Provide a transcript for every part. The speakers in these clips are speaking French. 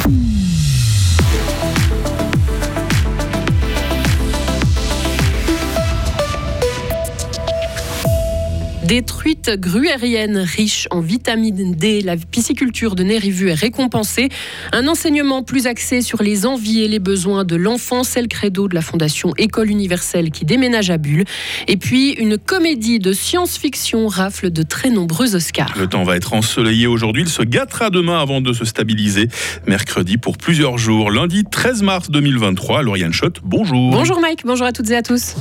Des truites gruériennes riches en vitamine D, la pisciculture de Nérivu est récompensée. Un enseignement plus axé sur les envies et les besoins de l'enfant, c'est le credo de la Fondation École Universelle qui déménage à Bulle. Et puis, une comédie de science-fiction rafle de très nombreux Oscars. Le temps va être ensoleillé aujourd'hui, il se gâtera demain avant de se stabiliser. Mercredi pour plusieurs jours. Lundi 13 mars 2023, Lauriane Schott, bonjour. Bonjour Mike, bonjour à toutes et à tous.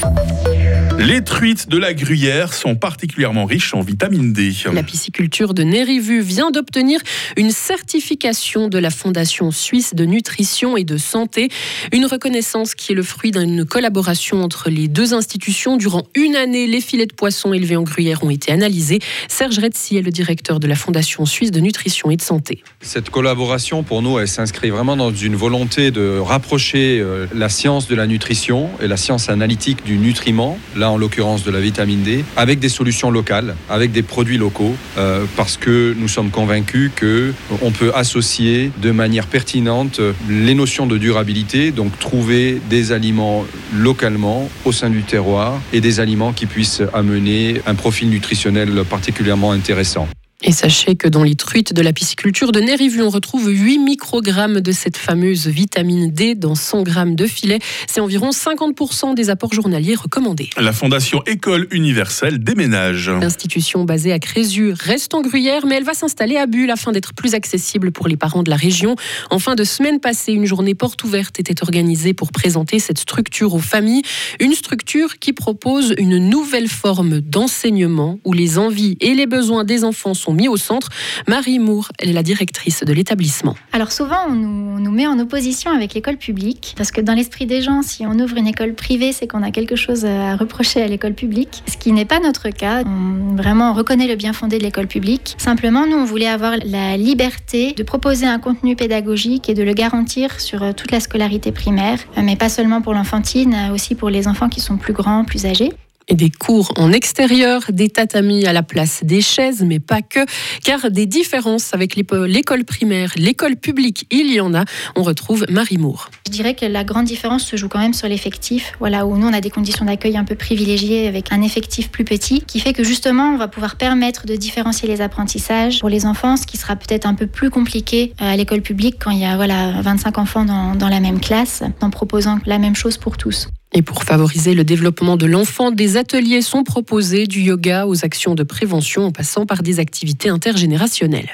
Les truites de la Gruyère sont particulièrement riches en vitamine D. La pisciculture de Nérivu vient d'obtenir une certification de la Fondation suisse de nutrition et de santé. Une reconnaissance qui est le fruit d'une collaboration entre les deux institutions. Durant une année, les filets de poisson élevés en Gruyère ont été analysés. Serge Retzi est le directeur de la Fondation suisse de nutrition et de santé. Cette collaboration, pour nous, elle s'inscrit vraiment dans une volonté de rapprocher la science de la nutrition et la science analytique du nutriment, là en l'occurrence de la vitamine D, avec des solutions locales, avec des produits locaux, parce que nous sommes convaincus qu'on peut associer de manière pertinente les notions de durabilité, donc trouver des aliments localement au sein du terroir et des aliments qui puissent amener un profil nutritionnel particulièrement intéressant. Et sachez que dans les truites de la pisciculture de Nérivu, on retrouve 8 microgrammes de cette fameuse vitamine D dans 100 grammes de filet. C'est environ 50% des apports journaliers recommandés. La Fondation École Universelle déménage. L'institution basée à Crézu reste en Gruyère, mais elle va s'installer à Bulle afin d'être plus accessible pour les parents de la région. En fin de semaine passée, une journée porte ouverte était organisée pour présenter cette structure aux familles. Une structure qui propose une nouvelle forme d'enseignement où les envies et les besoins des enfants sont mis au centre. Marie Moore, elle est la directrice de l'établissement. Alors souvent, on nous met en opposition avec l'école publique, parce que dans l'esprit des gens, si on ouvre une école privée, c'est qu'on a quelque chose à reprocher à l'école publique, ce qui n'est pas notre cas. On reconnaît le bien fondé de l'école publique. Simplement, nous, on voulait avoir la liberté de proposer un contenu pédagogique et de le garantir sur toute la scolarité primaire, mais pas seulement pour l'enfantine, aussi pour les enfants qui sont plus grands, plus âgés. Et des cours en extérieur, des tatamis à la place des chaises, mais pas que, car des différences avec l'école primaire, l'école publique, il y en a. On retrouve Marie Moore. Je dirais que la grande différence se joue quand même sur l'effectif, où nous on a des conditions d'accueil un peu privilégiées avec un effectif plus petit, qui fait que justement on va pouvoir permettre de différencier les apprentissages pour les enfants, ce qui sera peut-être un peu plus compliqué à l'école publique quand il y a 25 enfants dans la même classe, en proposant la même chose pour tous. Et pour favoriser le développement de l'enfant, des ateliers sont proposés, du yoga aux actions de prévention en passant par des activités intergénérationnelles.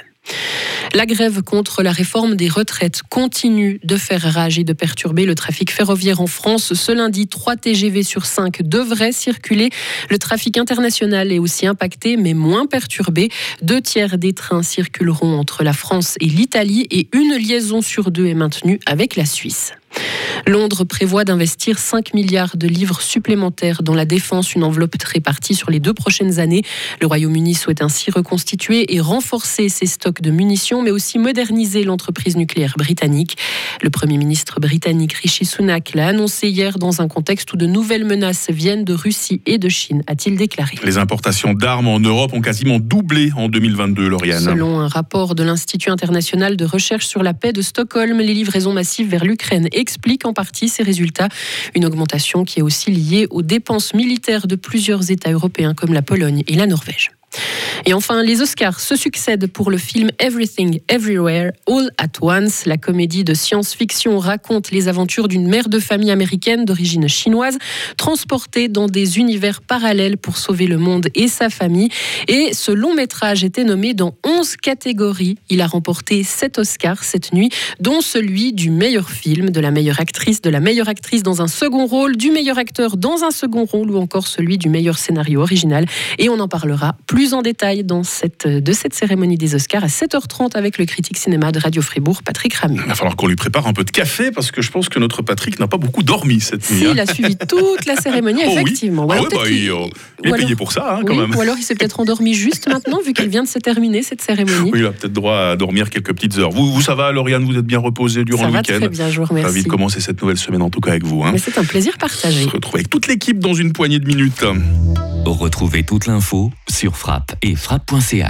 La grève contre la réforme des retraites continue de faire rage et de perturber le trafic ferroviaire en France. Ce lundi, 3 TGV sur 5 devraient circuler. Le trafic international est aussi impacté, mais moins perturbé. 2/3 des trains circuleront entre la France et l'Italie et une liaison sur 2 est maintenue avec la Suisse. Londres prévoit d'investir 5 milliards de livres supplémentaires dans la défense, une enveloppe répartie sur les 2 prochaines années. Le Royaume-Uni souhaite ainsi reconstituer et renforcer ses stocks de munitions, mais aussi moderniser l'entreprise nucléaire britannique. Le Premier ministre britannique Rishi Sunak l'a annoncé hier dans un contexte où de nouvelles menaces viennent de Russie et de Chine, a-t-il déclaré. Les importations d'armes en Europe ont quasiment doublé en 2022, Lauriane. Selon un rapport de l'Institut international de recherche sur la paix de Stockholm, les livraisons massives vers l'Ukraine expliquent en partie ces résultats. Une augmentation qui est aussi liée aux dépenses militaires de plusieurs États européens comme la Pologne et la Norvège. Et enfin, les Oscars se succèdent pour le film Everything Everywhere All at Once. La comédie de science-fiction raconte les aventures d'une mère de famille américaine d'origine chinoise transportée dans des univers parallèles pour sauver le monde et sa famille. Et ce long métrage était nommé dans 11 catégories. Il a remporté 7 Oscars cette nuit, dont celui du meilleur film, de la meilleure actrice dans un second rôle, du meilleur acteur dans un second rôle ou encore celui du meilleur scénario original. Et on en parlera plus en détail de cette cérémonie des Oscars à 7h30 avec le critique cinéma de Radio Fribourg, Patrick Ramu. Il va falloir qu'on lui prépare un peu de café parce que je pense que notre Patrick n'a pas beaucoup dormi cette nuit. Il a suivi toute la cérémonie, effectivement. Oui. Il est payé pour ça, quand même. Ou alors il s'est peut-être endormi juste maintenant, vu qu'elle vient de se terminer, cette cérémonie. Oui, il a peut-être droit à dormir quelques petites heures. Vous ça va, Lauriane, vous êtes bien reposée durant le week-end? Ça va très bien, je vous remercie. Ravi de commencer cette nouvelle semaine, en tout cas avec vous. Mais c'est un plaisir partagé. On se retrouve avec toute l'équipe dans une poignée de minutes. Retrouvez toute l'info sur Frappe et frappe.ch.